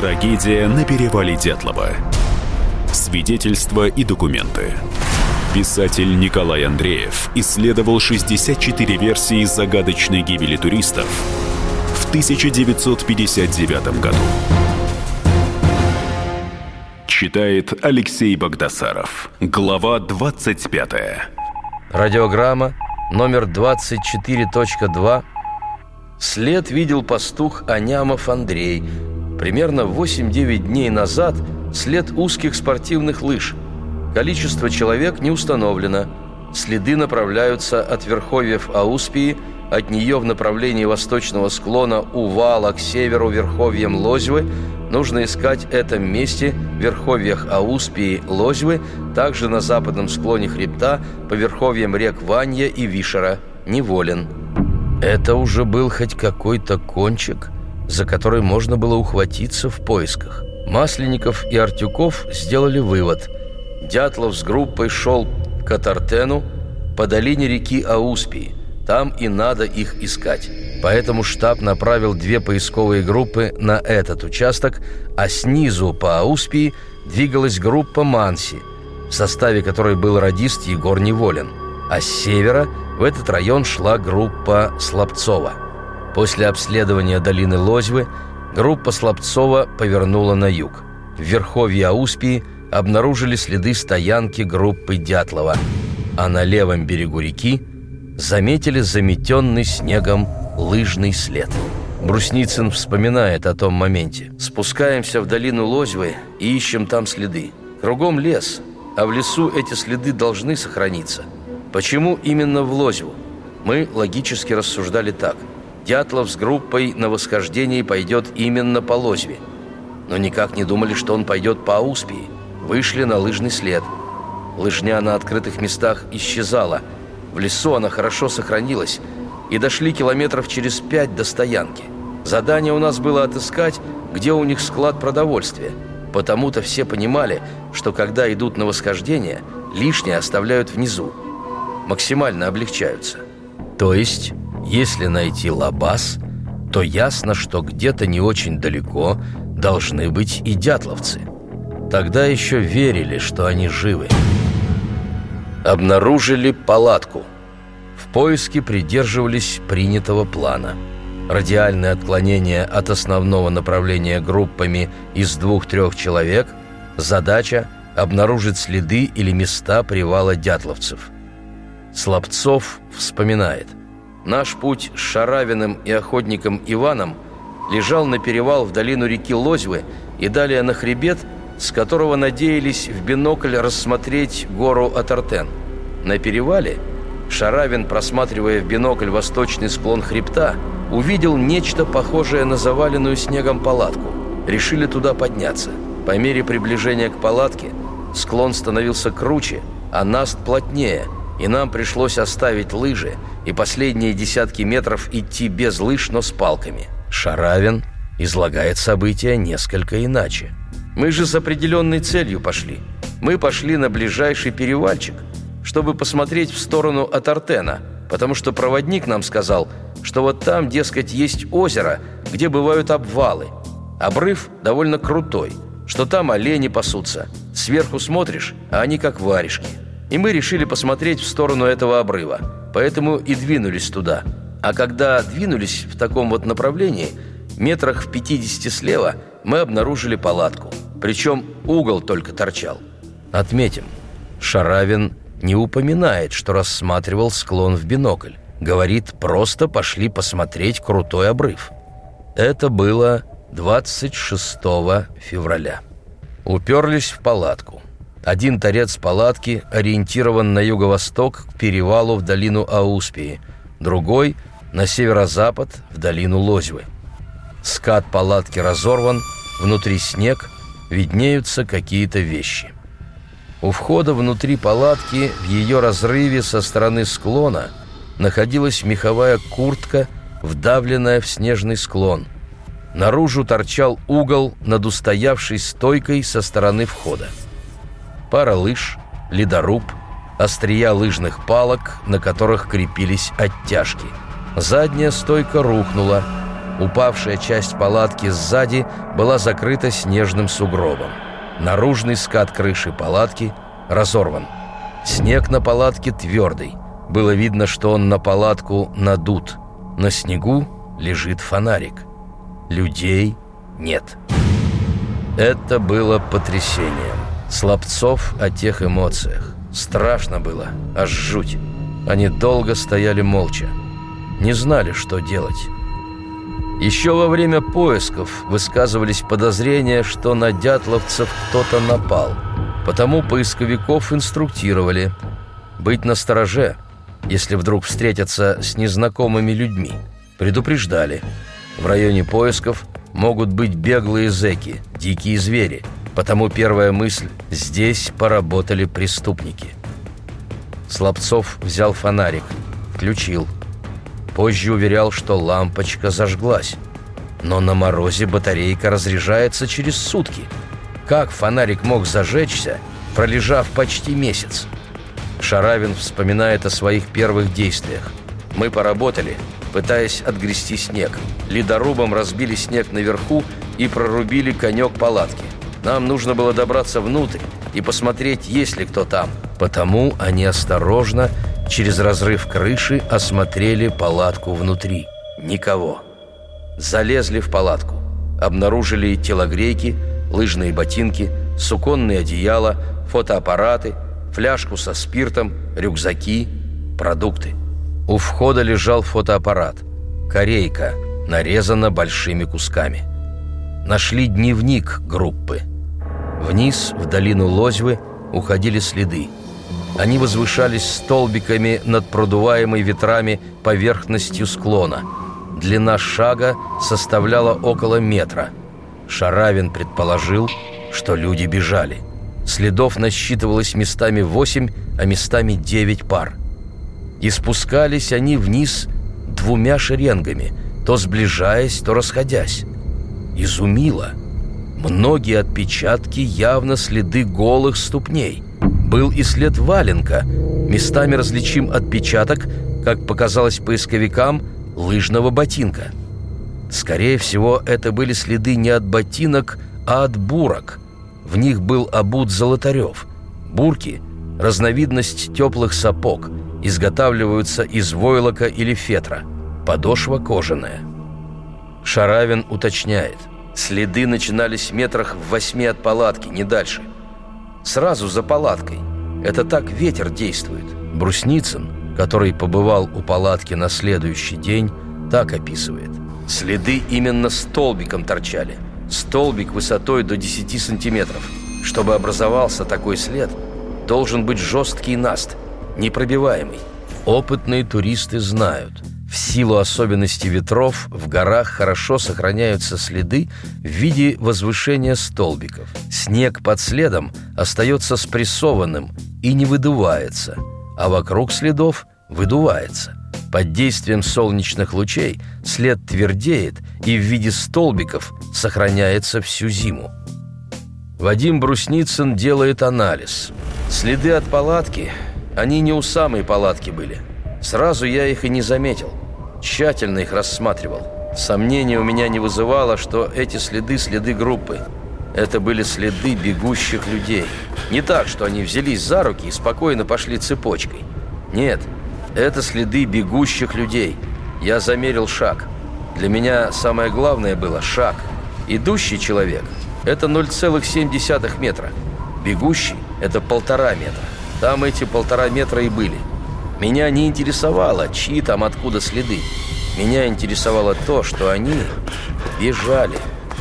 Трагедия на перевале Дятлова. Свидетельства и документы. Писатель Николай Андреев исследовал 64 версии загадочной гибели туристов в 1959 году. Читает Алексей Богдасаров. Глава 25. Радиограмма номер 24.2. След видел пастух Анямов Андрей. Примерно 8-9 дней назад след узких спортивных лыж. Количество человек не установлено. Следы направляются от верховьев Ауспии, от нее в направлении восточного склона Увала к северу верховьям Лозьвы. Нужно искать в этом месте в верховьях Ауспии, Лозьвы, также на западном склоне хребта по верховьям рек Ванья и Вишера. Неволен. Это уже был хоть какой-то кончик, за который можно было ухватиться в поисках. Масленников и Артюков сделали вывод. Дятлов с группой шел к Атартену по долине реки Ауспии. Там и надо их искать. Поэтому штаб направил 2 поисковые группы на этот участок, а снизу по Ауспии двигалась группа Манси, в составе которой был радист Егор Неволен. А с севера в этот район шла группа Слабцова. После обследования долины Лозьвы группа Слабцова повернула на юг. В верховье Ауспии обнаружили следы стоянки группы Дятлова, а на левом берегу реки заметили заметенный снегом лыжный след. Брусницын вспоминает о том моменте. «Спускаемся в долину Лозьвы и ищем там следы. Кругом лес, а в лесу эти следы должны сохраниться. Почему именно в Лозьву? Мы логически рассуждали так. Дятлов с группой на восхождении пойдет именно по Лозьве. Но никак не думали, что он пойдет по Ауспии. Вышли на лыжный след. Лыжня на открытых местах исчезала. В лесу она хорошо сохранилась. И дошли километров через 5 до стоянки. Задание у нас было отыскать, где у них склад продовольствия. Потому-то все понимали, что когда идут на восхождение, лишнее оставляют внизу. Максимально облегчаются. То есть, если найти лабаз, то ясно, что где-то не очень далеко должны быть и дятловцы. Тогда еще верили, что они живы. Обнаружили палатку. В поиске придерживались принятого плана. Радиальное отклонение от основного направления группами из 2-3 человек. Задача – обнаружить следы или места привала дятловцев. Слабцов вспоминает. Наш путь с Шаравиным и охотником Иваном лежал на перевал в долину реки Лозьвы и далее на хребет, с которого надеялись в бинокль рассмотреть гору Атартен. На перевале Шаравин, просматривая в бинокль восточный склон хребта, увидел нечто похожее на заваленную снегом палатку. Решили туда подняться. По мере приближения к палатке склон становился круче, а наст плотнее, и нам пришлось оставить лыжи и последние десятки метров идти без лыж, но с палками. Шаравин излагает события несколько иначе. Мы же с определенной целью пошли. Мы пошли на ближайший перевальчик, чтобы посмотреть в сторону Атартена, потому что проводник нам сказал, что вот там, дескать, есть озеро, где бывают обвалы. Обрыв довольно крутой, что там олени пасутся. Сверху смотришь, а они как варежки. И мы решили посмотреть в сторону этого обрыва, поэтому и двинулись туда. А когда двинулись в таком вот направлении, метрах в 50 слева мы обнаружили палатку. Причем угол только торчал. Отметим, Шаравин не упоминает, что рассматривал склон в бинокль. Говорит, просто пошли посмотреть крутой обрыв. Это было 26 февраля. Уперлись в палатку. Один торец палатки ориентирован на юго-восток к перевалу в долину Ауспии, другой – на северо-запад в долину Лозьвы. Скат палатки разорван, внутри снег, виднеются какие-то вещи. У входа внутри палатки в ее разрыве со стороны склона находилась меховая куртка, вдавленная в снежный склон. Наружу торчал угол над устоявшей стойкой со стороны входа. Пара лыж, ледоруб, острия лыжных палок, на которых крепились оттяжки. Задняя стойка рухнула. Упавшая часть палатки сзади была закрыта снежным сугробом. Наружный скат крыши палатки разорван. Снег на палатке твердый. Было видно, что он на палатку надут. На снегу лежит фонарик. Людей нет. Это было потрясением. Слабцов о тех эмоциях. Страшно было, аж жуть. Они долго стояли молча. Не знали, что делать. Еще во время поисков высказывались подозрения, что на дятловцев кто-то напал. Потому поисковиков инструктировали быть настороже, если вдруг встретятся с незнакомыми людьми. Предупреждали. В районе поисков могут быть беглые зэки, дикие звери. Потому первая мысль – здесь поработали преступники. Слабцов взял фонарик, включил. Позже уверял, что лампочка зажглась. Но на морозе батарейка разряжается через сутки. Как фонарик мог зажечься, пролежав почти месяц? Шаравин вспоминает о своих первых действиях. Мы поработали, пытаясь отгрести снег. Ледорубом разбили снег наверху и прорубили конек палатки. Нам нужно было добраться внутрь и посмотреть, есть ли кто там. Потому они осторожно, через разрыв крыши, осмотрели палатку внутри. Никого. Залезли в палатку. Обнаружили телогрейки, лыжные ботинки, суконные одеяла, фотоаппараты, фляжку со спиртом, рюкзаки, продукты. У входа лежал фотоаппарат. Корейка, нарезана большими кусками. Нашли дневник группы. Вниз, в долину Лозьвы, уходили следы. Они возвышались столбиками над продуваемой ветрами поверхностью склона. Длина шага составляла около метра. Шаравин предположил, что люди бежали. Следов насчитывалось местами 8, а местами 9 пар. И спускались они вниз двумя шеренгами, то сближаясь, то расходясь. Изумило. Многие отпечатки явно следы голых ступней. Был и след валенка, местами различим отпечаток, как показалось поисковикам, лыжного ботинка. Скорее всего, это были следы не от ботинок, а от бурок. В них был обут Золотарев. Бурки – разновидность теплых сапог, изготавливаются из войлока или фетра. Подошва кожаная. Шаравин уточняет. Следы начинались в метрах в 8 от палатки, не дальше. Сразу за палаткой. Это так ветер действует. Брусницын, который побывал у палатки на следующий день, так описывает. Следы именно столбиком торчали. Столбик высотой до 10 сантиметров. Чтобы образовался такой след, должен быть жесткий наст, непробиваемый. Опытные туристы знают, в силу особенностей ветров в горах хорошо сохраняются следы в виде возвышения столбиков. Снег под следом остается спрессованным и не выдувается, а вокруг следов выдувается. Под действием солнечных лучей след твердеет и в виде столбиков сохраняется всю зиму. Вадим Брусницын делает анализ. Следы от палатки, они не у самой палатки были. Сразу я их и не заметил. Тщательно их рассматривал. Сомнения у меня не вызывало, что эти следы – следы группы. Это были следы бегущих людей. Не так, что они взялись за руки и спокойно пошли цепочкой. Нет, это следы бегущих людей. Я замерил шаг. Для меня самое главное было шаг. Идущий человек – это 0,7 метра. Бегущий – это 1,5 метра. Там эти 1,5 метра и были. Меня не интересовало, чьи там откуда следы. Меня интересовало то, что они бежали.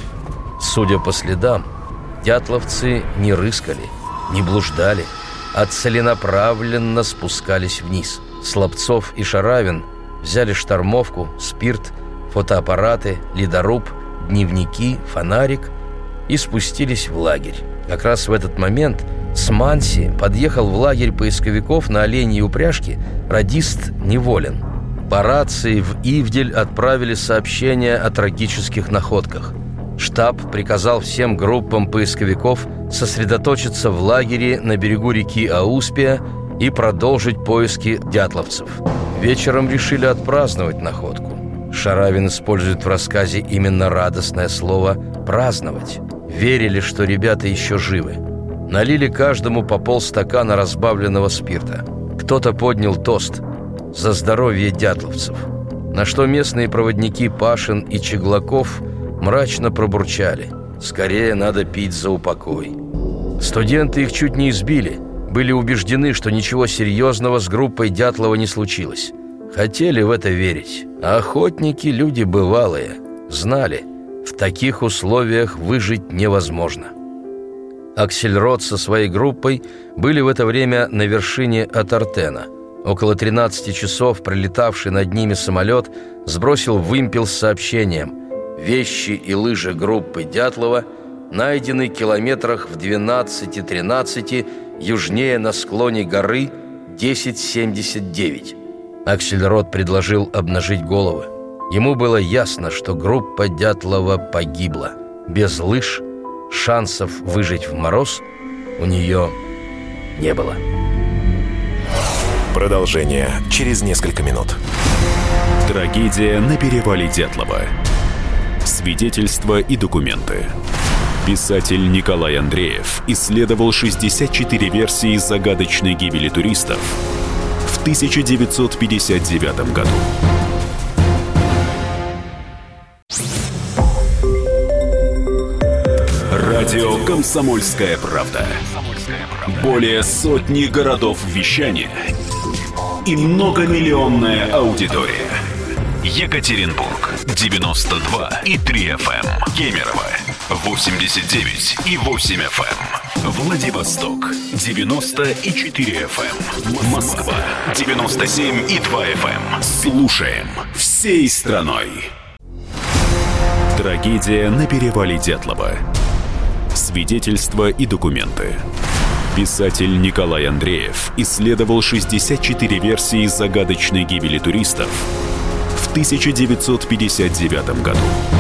Судя по следам, дятловцы не рыскали, не блуждали, а целенаправленно спускались вниз. Слабцов и Шаравин взяли штормовку, спирт, фотоаппараты, ледоруб, дневники, фонарик и спустились в лагерь. Как раз в этот момент с Манси подъехал в лагерь поисковиков на оленьей упряжке радист Неволин. По рации в Ивдель отправили сообщение о трагических находках. Штаб приказал всем группам поисковиков сосредоточиться в лагере на берегу реки Ауспия и продолжить поиски дятловцев. Вечером решили отпраздновать находку. Шаравин использует в рассказе именно радостное слово «праздновать». Верили, что ребята еще живы. Налили каждому по полстакана разбавленного спирта. Кто-то поднял тост за здоровье дятловцев, на что местные проводники Пашин и Чеглаков мрачно пробурчали: «Скорее надо пить за упокой». Студенты их чуть не избили, были убеждены, что ничего серьезного с группой Дятлова не случилось. Хотели в это верить, а охотники – люди бывалые, знали, в таких условиях выжить невозможно. Аксельрод со своей группой были в это время на вершине Атартена. Около 13 часов пролетавший над ними самолет сбросил вымпел с сообщением: «Вещи и лыжи группы Дятлова найдены километрах в 12-13 южнее на склоне горы 1079». Аксельрод предложил обнажить головы. Ему было ясно, что группа Дятлова погибла. Без лыж шансов выжить в мороз у нее не было. Продолжение через несколько минут. Трагедия на перевале Дятлова. Свидетельства и документы. Писатель Николай Андреев исследовал 64 версии загадочной гибели туристов в 1959 году. Радио «Комсомольская правда». Более сотни городов вещания и многомиллионная аудитория. Екатеринбург 92,3 FM, Кемерово 89,8 FM, Владивосток 90,4 FM, Москва 97,2 FM. Слушаем всей страной. Трагедия на перевале Дятлова. Свидетельства и документы. Писатель Николай Андреев исследовал 64 версии загадочной гибели туристов в 1959 году.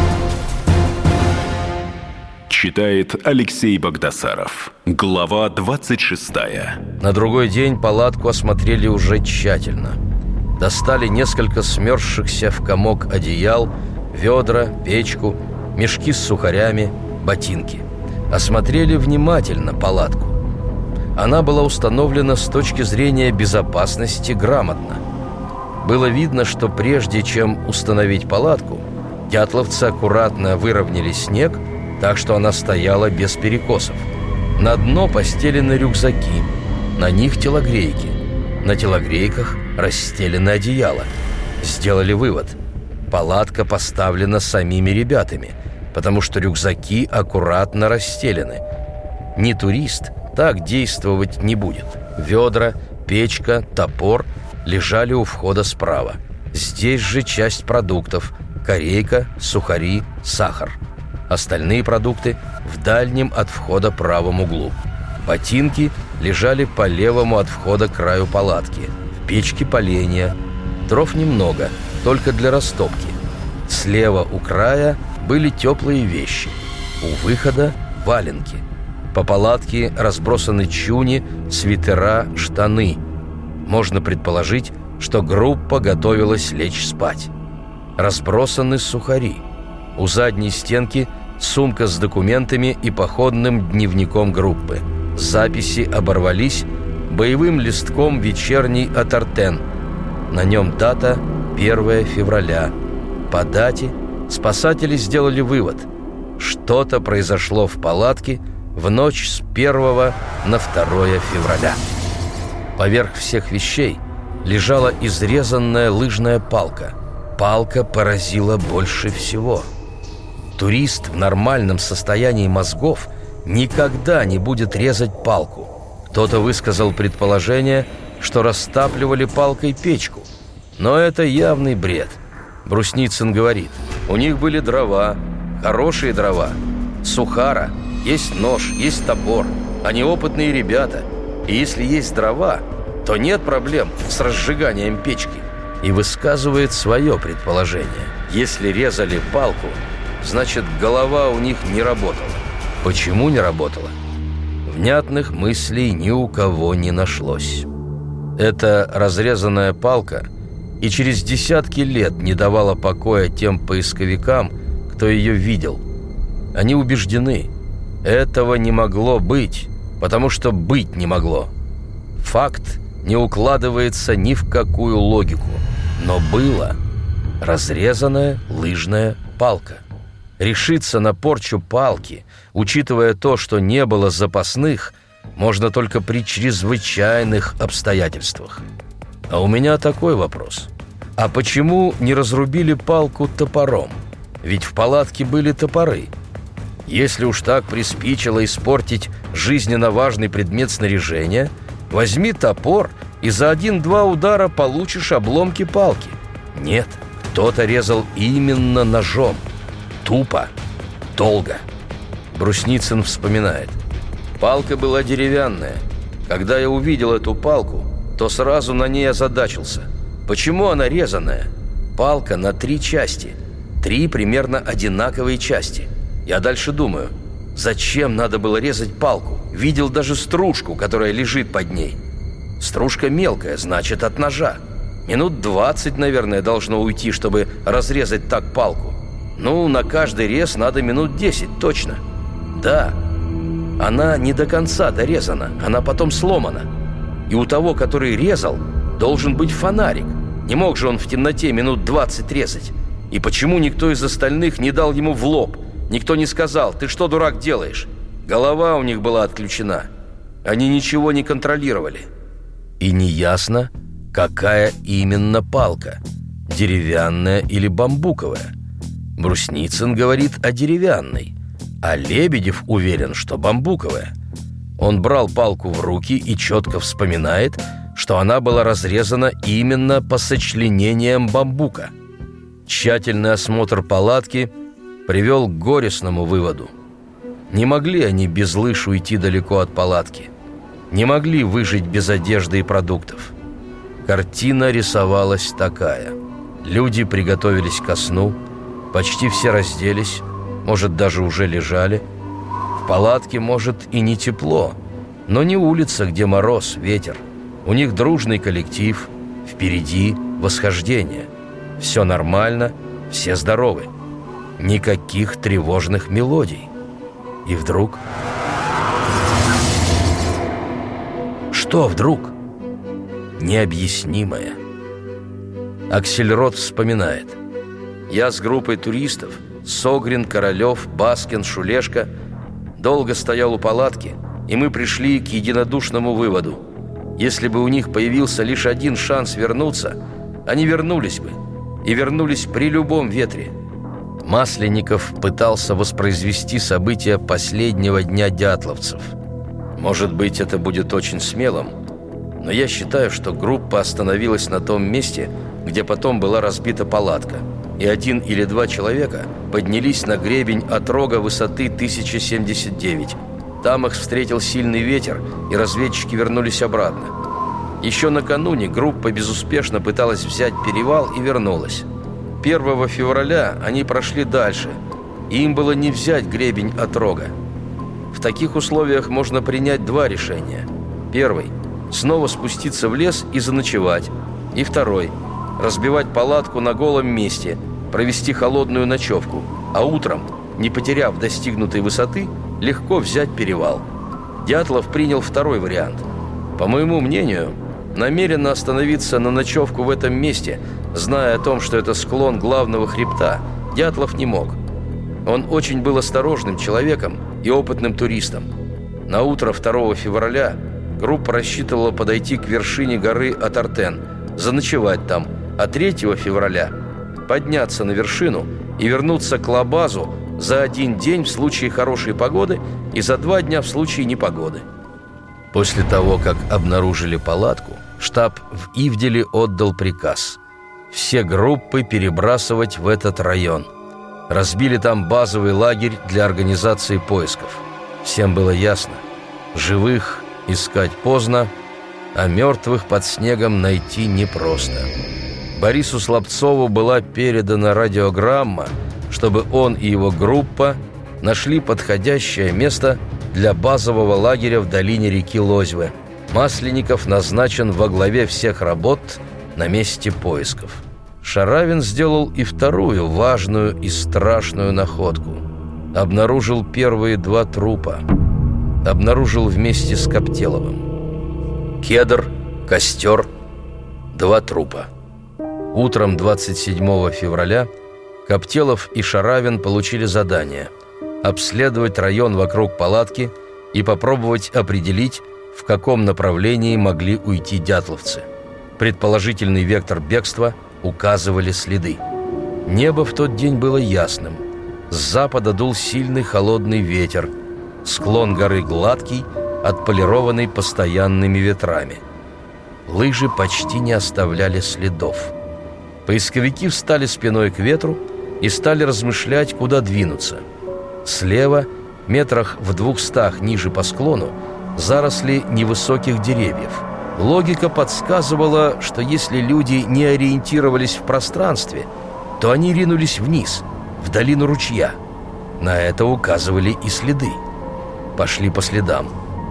Читает Алексей Богдасаров. Глава 26. На другой день палатку осмотрели уже тщательно. Достали несколько смерзшихся в комок одеял, ведра, печку, мешки с сухарями, ботинки. Осмотрели внимательно палатку. Она была установлена с точки зрения безопасности грамотно. Было видно, что прежде чем установить палатку, дятловцы аккуратно выровняли снег, так что она стояла без перекосов. На дно постелены рюкзаки, на них телогрейки. На телогрейках расстелены одеяла. Сделали вывод: палатка поставлена самими ребятами, потому что рюкзаки аккуратно расстелены. Не турист так действовать не будет. Ведра, печка, топор лежали у входа справа. Здесь же часть продуктов: корейка, сухари, сахар. Остальные продукты в дальнем от входа правом углу. Ботинки лежали по левому от входа краю палатки. В печке поленья. Дров немного, только для растопки. Слева у края были теплые вещи. У выхода валенки. По палатке разбросаны чуни, свитера, штаны. Можно предположить, что группа готовилась лечь спать. Разбросаны сухари. У задней стенки сумка с документами и походным дневником группы. Записи оборвались боевым листком «Вечерний Атартен». На нем дата 1 февраля. По дате спасатели сделали вывод: что-то произошло в палатке в ночь с 1 на 2 февраля. Поверх всех вещей лежала изрезанная лыжная палка. Палка поразила больше всего. Турист в нормальном состоянии мозгов никогда не будет резать палку. Кто-то высказал предположение, что растапливали палкой печку. Но это явный бред. Брусницын говорит: у них были дрова, хорошие дрова, сухара, есть нож, есть топор. Они опытные ребята. И если есть дрова, то нет проблем с разжиганием печки. И высказывает свое предположение: если резали палку, значит, голова у них не работала. Почему не работала? Внятных мыслей ни у кого не нашлось. Эта разрезанная палка и через десятки лет не давала покоя тем поисковикам, кто ее видел. Они убеждены, этого не могло быть, потому что быть не могло. Факт не укладывается ни в какую логику, но была разрезанная лыжная палка. Решиться на порчу палки, учитывая то, что не было запасных, можно только при чрезвычайных обстоятельствах. А у меня такой вопрос. А почему не разрубили палку топором? Ведь в палатке были топоры. Если уж так приспичило испортить жизненно важный предмет снаряжения, возьми топор и за 1-2 удара получишь обломки палки. Нет, кто-то резал именно ножом. Тупо, долго. Брусницын вспоминает. Палка была деревянная. Когда я увидел эту палку, то сразу на ней озадачился. Почему она резаная? Палка на 3 части. 3 примерно одинаковые части. Я дальше думаю, зачем надо было резать палку? Видел даже стружку, которая лежит под ней. Стружка мелкая, значит, от ножа. Минут 20, наверное, должно уйти, чтобы разрезать так палку. Ну, на каждый рез надо минут 10, точно. Да, она не до конца дорезана, она потом сломана. И у того, который резал, должен быть фонарик. Не мог же он в темноте минут 20 резать. И почему никто из остальных не дал ему в лоб? Никто не сказал: «Ты что, дурак, делаешь?» Голова у них была отключена. Они ничего не контролировали. И неясно, какая именно палка – деревянная или бамбуковая. Брусницын говорит о деревянной, а Лебедев уверен, что бамбуковая. Он брал палку в руки и четко вспоминает, что она была разрезана именно по сочленениям бамбука. Тщательный осмотр палатки привел к горестному выводу. Не могли они без лыж уйти далеко от палатки. Не могли выжить без одежды и продуктов. Картина рисовалась такая. Люди приготовились ко сну, почти все разделись, может, даже уже лежали. В палатке, может, и не тепло, но не улица, где мороз, ветер. У них дружный коллектив, впереди восхождение. Все нормально, все здоровы. Никаких тревожных мелодий. И вдруг... Что вдруг? Необъяснимое. Аксельрод вспоминает. Я с группой туристов, Согрин, Королев, Баскин, Шулешко, долго стоял у палатки, и мы пришли к единодушному выводу. Если бы у них появился лишь один шанс вернуться, они вернулись бы. И вернулись при любом ветре. Масленников пытался воспроизвести события последнего дня дятловцев. Может быть, это будет очень смелым, но я считаю, что группа остановилась на том месте, где потом была разбита палатка, и 1 или 2 человека поднялись на гребень отрога высоты 1079. Там их встретил сильный ветер, и разведчики вернулись обратно. Еще накануне группа безуспешно пыталась взять перевал и вернулась. 1 февраля они прошли дальше, и им было не взять гребень отрога. В таких условиях можно принять 2 решения. Первый – снова спуститься в лес и заночевать. И второй – разбивать палатку на голом месте, провести холодную ночевку, а утром, не потеряв достигнутой высоты, легко взять перевал. Дятлов принял второй вариант. По моему мнению, намеренно остановиться на ночевку в этом месте, зная о том, что это склон главного хребта, Дятлов не мог. Он очень был осторожным человеком и опытным туристом. На утро 2 февраля группа рассчитывала подойти к вершине горы Атартен, заночевать там, а 3 февраля подняться на вершину и вернуться к Лабазу за 1 день в случае хорошей погоды и за 2 дня в случае непогоды. После того, как обнаружили палатку, штаб в Ивделе отдал приказ все группы перебрасывать в этот район. Разбили там базовый лагерь для организации поисков. Всем было ясно: живых искать поздно, а мертвых под снегом найти непросто. Борису Слабцову была передана радиограмма, чтобы он и его группа нашли подходящее место для базового лагеря в долине реки Лозьвы. Масленников назначен во главе всех работ на месте поисков. Шаравин сделал и вторую важную и страшную находку. Обнаружил первые 2 трупа. Обнаружил вместе с Коптеловым. Кедр, костер, 2 трупа. Утром 27 февраля Коптелов и Шаравин получили задание обследовать район вокруг палатки и попробовать определить, в каком направлении могли уйти дятловцы. Предположительный вектор бегства указывали следы. Небо в тот день было ясным. С запада дул сильный холодный ветер. Склон горы гладкий, отполированный постоянными ветрами. Лыжи почти не оставляли следов. Поисковики встали спиной к ветру и стали размышлять, куда двинуться. Слева, метрах в 200 ниже по склону, заросли невысоких деревьев. Логика подсказывала, что если люди не ориентировались в пространстве, то они ринулись вниз, в долину ручья. На это указывали и следы. Пошли по следам.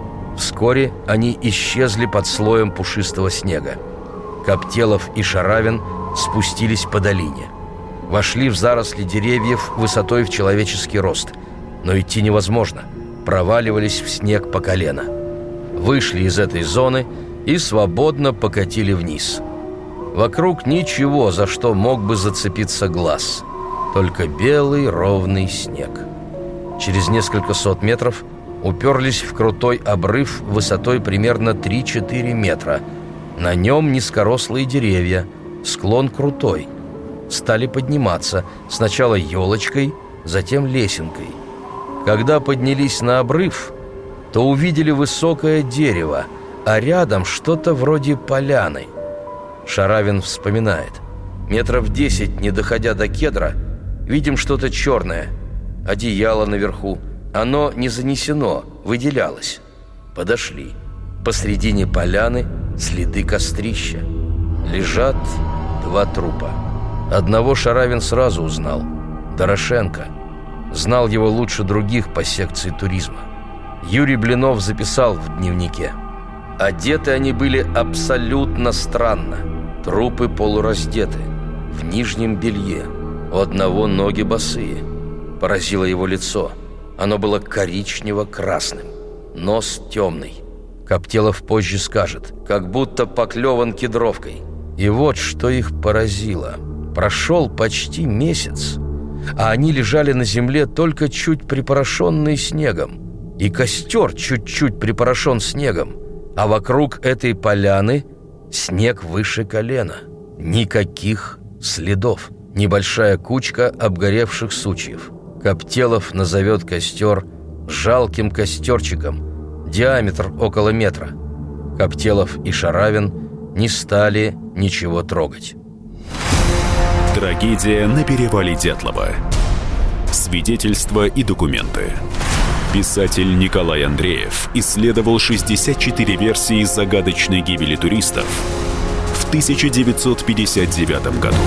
Вскоре они исчезли под слоем пушистого снега. Коптелов и Шаравин спустились по долине. Вошли в заросли деревьев высотой в человеческий рост. Но идти невозможно. Проваливались в снег по колено. Вышли из этой зоны и свободно покатили вниз. Вокруг ничего, за что мог бы зацепиться глаз. Только белый ровный снег. Через несколько сот метров уперлись в крутой обрыв высотой примерно 3-4 метра. На нем низкорослые деревья, склон крутой. Стали подниматься, сначала елочкой, затем лесенкой. Когда поднялись на обрыв, то увидели высокое дерево, а рядом что-то вроде поляны. Шаравин вспоминает. Метров 10, не доходя до кедра, видим что-то черное. Одеяло наверху. Оно не занесено, выделялось. Подошли. Посредине поляны следы кострища. Лежат 2 трупа. Одного Шаравин сразу узнал. Дорошенко. Знал его лучше других по секции туризма. Юрий Блинов записал в дневнике. Одеты они были абсолютно странно. Трупы полураздеты, в нижнем белье. У одного ноги босые. Поразило его лицо. Оно было коричнево-красным. Нос темный. Коптелов позже скажет, как будто поклеван кедровкой. И вот что их поразило. Прошел почти месяц, а они лежали на земле только чуть припорошенные снегом. И костер чуть-чуть припорошен снегом. А вокруг этой поляны снег выше колена. Никаких следов. Небольшая кучка обгоревших сучьев. Коптелов назовет костер жалким костерчиком, диаметр около метра. Коптелов и Шаравин не стали ничего трогать. Трагедия на перевале Дятлова. Свидетельства и документы. Писатель Николай Андреев исследовал 64 версии загадочной гибели туристов в 1959 году.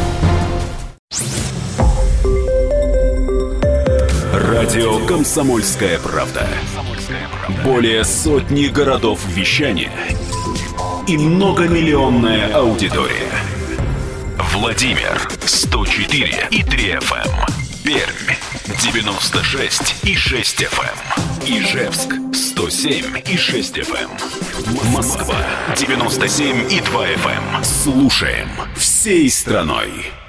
Радио «Комсомольская правда». Более сотни городов вещания и многомиллионная аудитория. Владимир 104,3 FM. Пермь 96,6 FM. Ижевск 107,6 FM. Москва 97,2 FM. Слушаем всей страной.